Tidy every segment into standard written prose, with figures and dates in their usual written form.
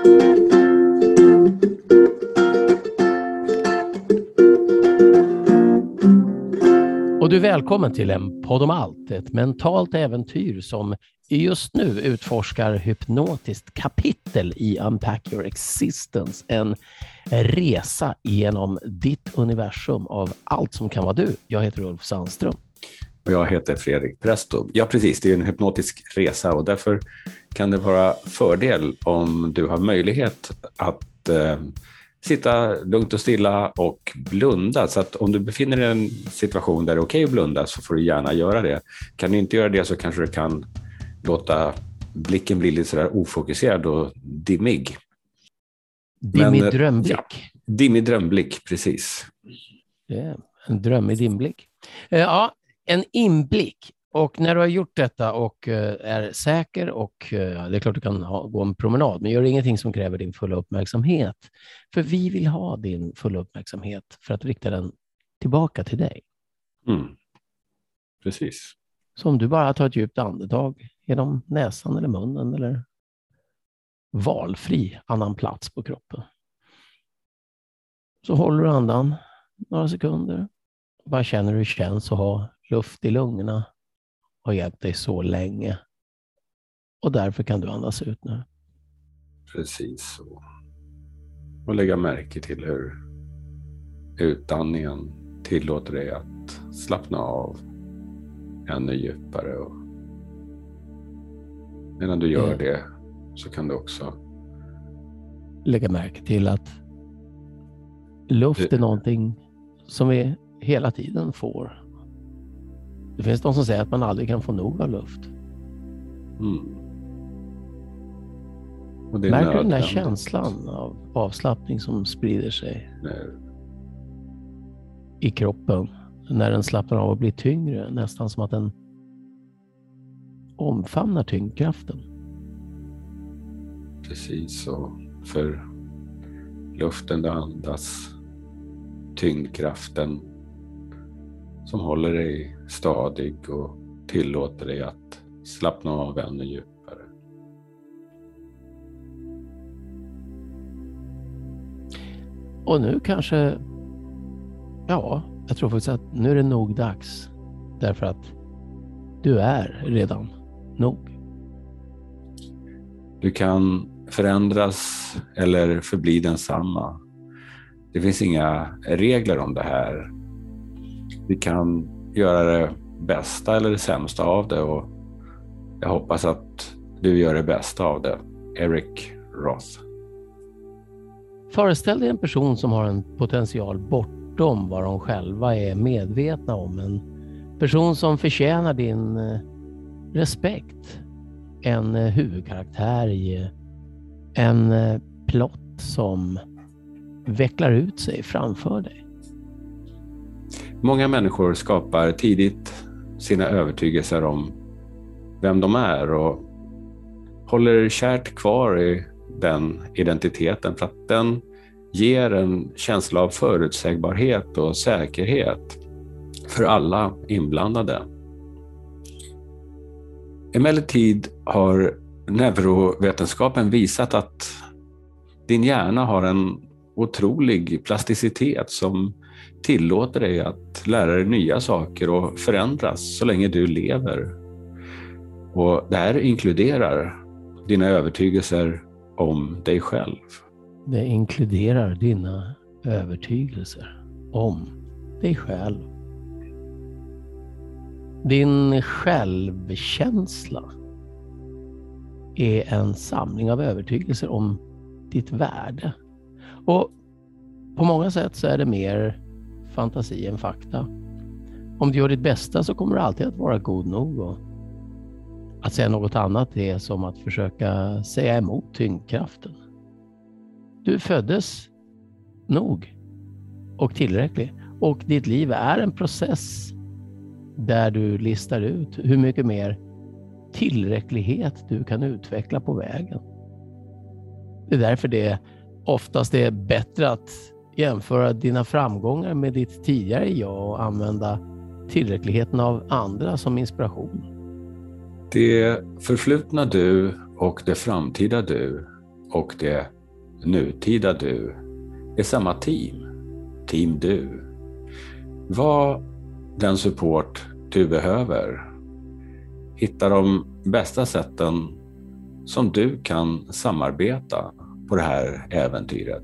Och du är välkommen till en podd om allt, ett mentalt äventyr som just nu utforskar hypnotiskt kapitel i Unpack Your Existence. En resa genom ditt universum av allt som kan vara du. Jag heter Ulf Sandström. Och jag heter Fredrik Presto. Ja, precis. Det är en hypnotisk resa och därför kan det vara fördel om du har möjlighet att sitta lugnt och stilla och blunda. Så att om du befinner dig i en situation där det är okej att blunda så får du gärna göra det. Kan du inte göra det så kanske du kan låta blicken bli lite sådär ofokuserad och dimmig. Dimmig drömblick. Ja, dimmig drömblick, precis. Yeah, en drömmig dimblick. Ja, en inblick. Och när du har gjort detta och är säker och det är klart du kan gå en promenad, men gör ingenting som kräver din fulla uppmärksamhet. För vi vill ha din fulla uppmärksamhet för att rikta den tillbaka till dig. Mm. Precis. Så om du bara tar ett djupt andetag genom näsan eller munnen eller valfri annan plats på kroppen. Så håller du andan några sekunder. Bara känner hur det känns att ha luft i lungorna. Har hjälpt dig så länge. Och därför kan du andas ut nu. Precis så. Och lägga märke till hur utandningen tillåter dig att slappna av ännu djupare. Och medan du gör det så kan du också lägga märke till att luft är någonting som vi hela tiden får. Det finns de som säger att man aldrig kan få nog av luft. Mm. Och det är märker du den där känslan av avslappning som sprider sig i kroppen när den slappnar av och blir tyngre, nästan som att den omfamnar tyngdkraften. Precis så. För luften du andas, tyngdkraften som håller dig stadig och tillåter dig att slappna av ännu djupare. Och nu kanske, jag tror faktiskt att nu är det nog dags. Därför att du är redan nog. Du kan förändras eller förbli densamma. Det finns inga regler om det här. Vi kan göra det bästa eller det sämsta av det och jag hoppas att du gör det bästa av det. Eric Roth. Föreställ dig en person som har en potential bortom vad de själva är medvetna om. En person som förtjänar din respekt. En huvudkaraktär i en plott som vecklar ut sig framför dig. Många människor skapar tidigt sina övertygelser om vem de är och håller kärt kvar i den identiteten för att den ger en känsla av förutsägbarhet och säkerhet för alla inblandade. Emellertid har neurovetenskapen visat att din hjärna har en otrolig plasticitet som tillåter dig att lära dig nya saker och förändras så länge du lever. Och det här inkluderar dina övertygelser om dig själv. Det inkluderar dina övertygelser om dig själv. Din självkänsla är en samling av övertygelser om ditt värde. Och på många sätt så är det mer fantasi än fakta. Om du gör ditt bästa så kommer du alltid att vara god nog. Och att säga något annat är som att försöka säga emot tyngdkraften. Du föddes nog och tillräcklig. Och ditt liv är en process där du listar ut hur mycket mer tillräcklighet du kan utveckla på vägen. Det är därför det oftast är bättre att jämföra dina framgångar med ditt tidigare jag och använda tillräckligheten av andra som inspiration. Det förflutna du och det framtida du och det nutida du är samma team. Team du. Var den support du behöver. Hitta de bästa sätten som du kan samarbeta på det här äventyret.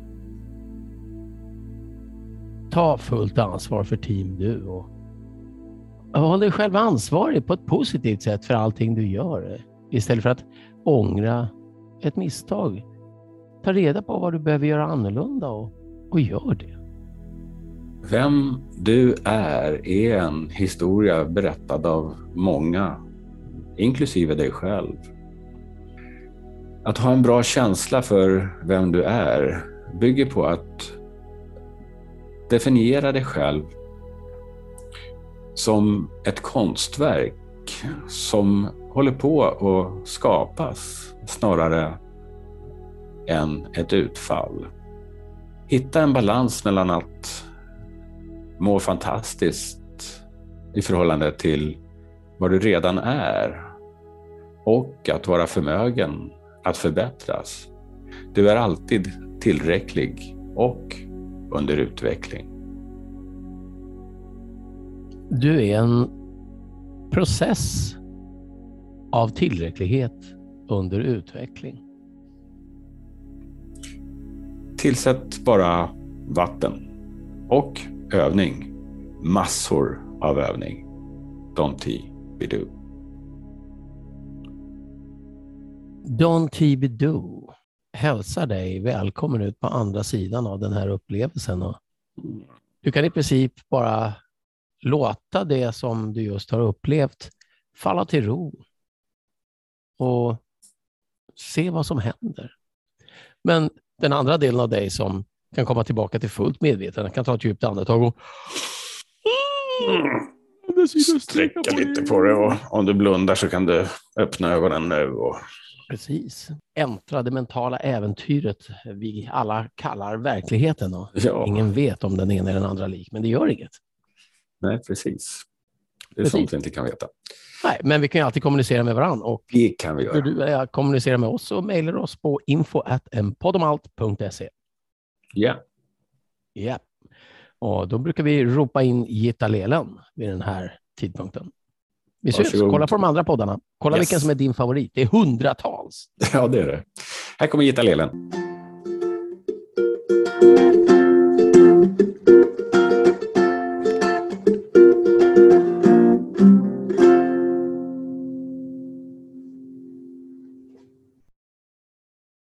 Ta fullt ansvar för team du och håll dig själv ansvarig på ett positivt sätt för allting du gör. Istället för att ångra ett misstag. Ta reda på vad du behöver göra annorlunda och gör det. Vem du är en historia berättad av många, inklusive dig själv. Att ha en bra känsla för vem du är bygger på att definiera dig själv som ett konstverk som håller på att skapas snarare än ett utfall. Hitta en balans mellan att må fantastiskt i förhållande till vad du redan är och att vara förmögen att förbättras. Du är alltid tillräcklig och under utveckling. Du är en process av tillräcklighet under utveckling. Tillsätt bara vatten och övning. Massor av övning. Don't be do. Don Tibido hälsar dig välkommen ut på andra sidan av den här upplevelsen. Och du kan i princip bara låta det som du just har upplevt falla till ro och se vad som händer. Men den andra delen av dig som kan komma tillbaka till fullt medvetande kan ta ett djupt andetag och sträcka lite på det, och om du blundar så kan du öppna ögonen nu. Precis. Äntra det mentala äventyret vi alla kallar verkligheten. Och ingen vet om den ena eller den andra lik, men det gör inget. Nej, precis. Det är sånt vi inte kan veta. Nej, men vi kan ju alltid kommunicera med varandra. Och det kan vi göra. Vill du kommunicera med oss och mejlar oss på info@enpoddomalt.se. Ja. Ja. Och då brukar vi ropa in Gitta Lelen vid den här tidpunkten. Vi syns. Kolla på de andra poddarna. Kolla vilken som är din favorit. Det är hundratals. Ja, det är det. Här kommer Gitta Lelen.